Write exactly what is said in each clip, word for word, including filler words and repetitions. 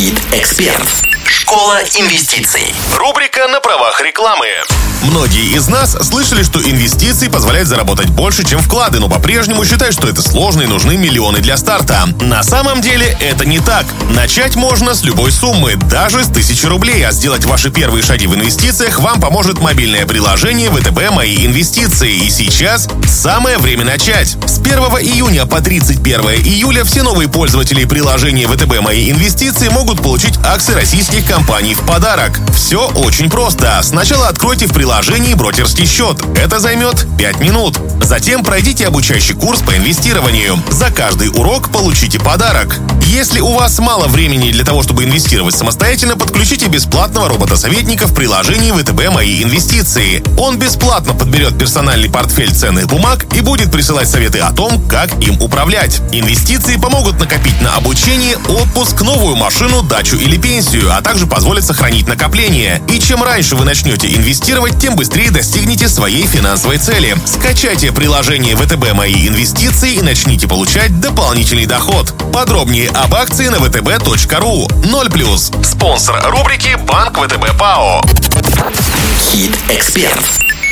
Хит-эксперт. Школа инвестиций. Рубрика на правах рекламы. Многие из нас слышали, что инвестиции позволяют заработать больше, чем вклады, но по-прежнему считают, что это сложно и нужны миллионы для старта. На самом деле это не так. Начать можно с любой суммы, даже с тысячи рублей, а сделать ваши первые шаги в инвестициях вам поможет мобильное приложение вэ тэ бэ «Мои инвестиции». И сейчас самое время начать. С первого июня по тридцать первое июля все новые пользователи приложения вэ тэ бэ «Мои инвестиции» могут получить акции российских компаний в подарок. Все очень просто. Сначала откройте в приложении брокерский счет. Это займет пять минут. Затем пройдите обучающий курс по инвестированию. За каждый урок получите подарок. Если у вас мало времени для того, чтобы инвестировать самостоятельно, подключите бесплатного робота-советника в приложении вэ тэ бэ «Мои инвестиции». Он бесплатно подберет персональный портфель ценных бумаг и будет присылать советы о том, как им управлять. Инвестиции помогут накопить на обучение, отпуск, новую машину, дачу или пенсию, а также позволят сохранить накопление. И чем раньше вы начнете инвестировать, тем быстрее достигнете своей финансовой цели. Скачайте приложение вэ тэ бэ «Мои инвестиции» и начните получать дополнительный доход. Подробнее об акции на вэ тэ бэ точка ру. ноль плюс. Спонсор рубрики «Банк вэ тэ бэ ПАО». Хит-эксперт.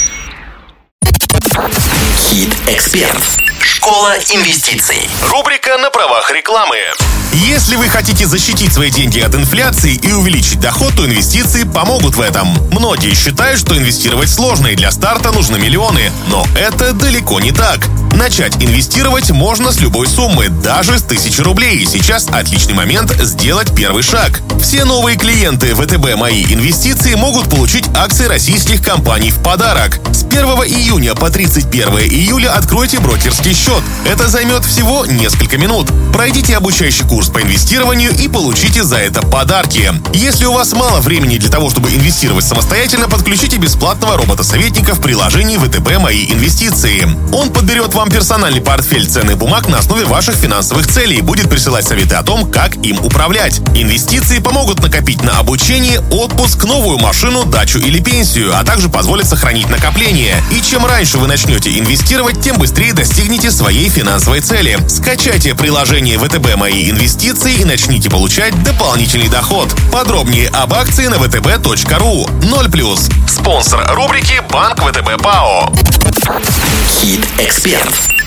Хит-эксперт. Школа инвестиций. Рубрика на правах рекламы. Если вы хотите защитить свои деньги от инфляции и увеличить доход, то инвестиции помогут в этом. Многие считают, что инвестировать сложно и для старта нужны миллионы. Но это далеко не так. Начать инвестировать можно с любой суммы, даже с тысячи рублей. И сейчас отличный момент сделать первый шаг. Все новые клиенты вэ тэ бэ «Мои инвестиции» могут получить акции российских компаний в подарок. С первого июня по тридцать первое июля откройте брокерский счет. Это займет всего несколько минут. Пройдите обучающий курс по инвестированию и получите за это подарки. Если у вас мало времени для того, чтобы инвестировать самостоятельно, подключите бесплатного робота-советника в приложении вэ тэ бэ «Мои инвестиции». Он подберет вам персональный портфель ценных бумаг на основе ваших финансовых целей и будет присылать советы о том, как им управлять. Инвестиции помогут накопить на обучение, отпуск, новую машину, дачу или пенсию, а также позволят сохранить накопление. И чем раньше вы начнете инвестировать, тем быстрее достигнете своей финансовой цели. Скачайте приложение вэ тэ бэ «Мои инвестиции» и начните получать дополнительный доход. Подробнее об акции на вэ тэ бэ точка ру. ноль плюс. Спонсор рубрики «Банк вэ тэ бэ ПАО». Хит-эксперт.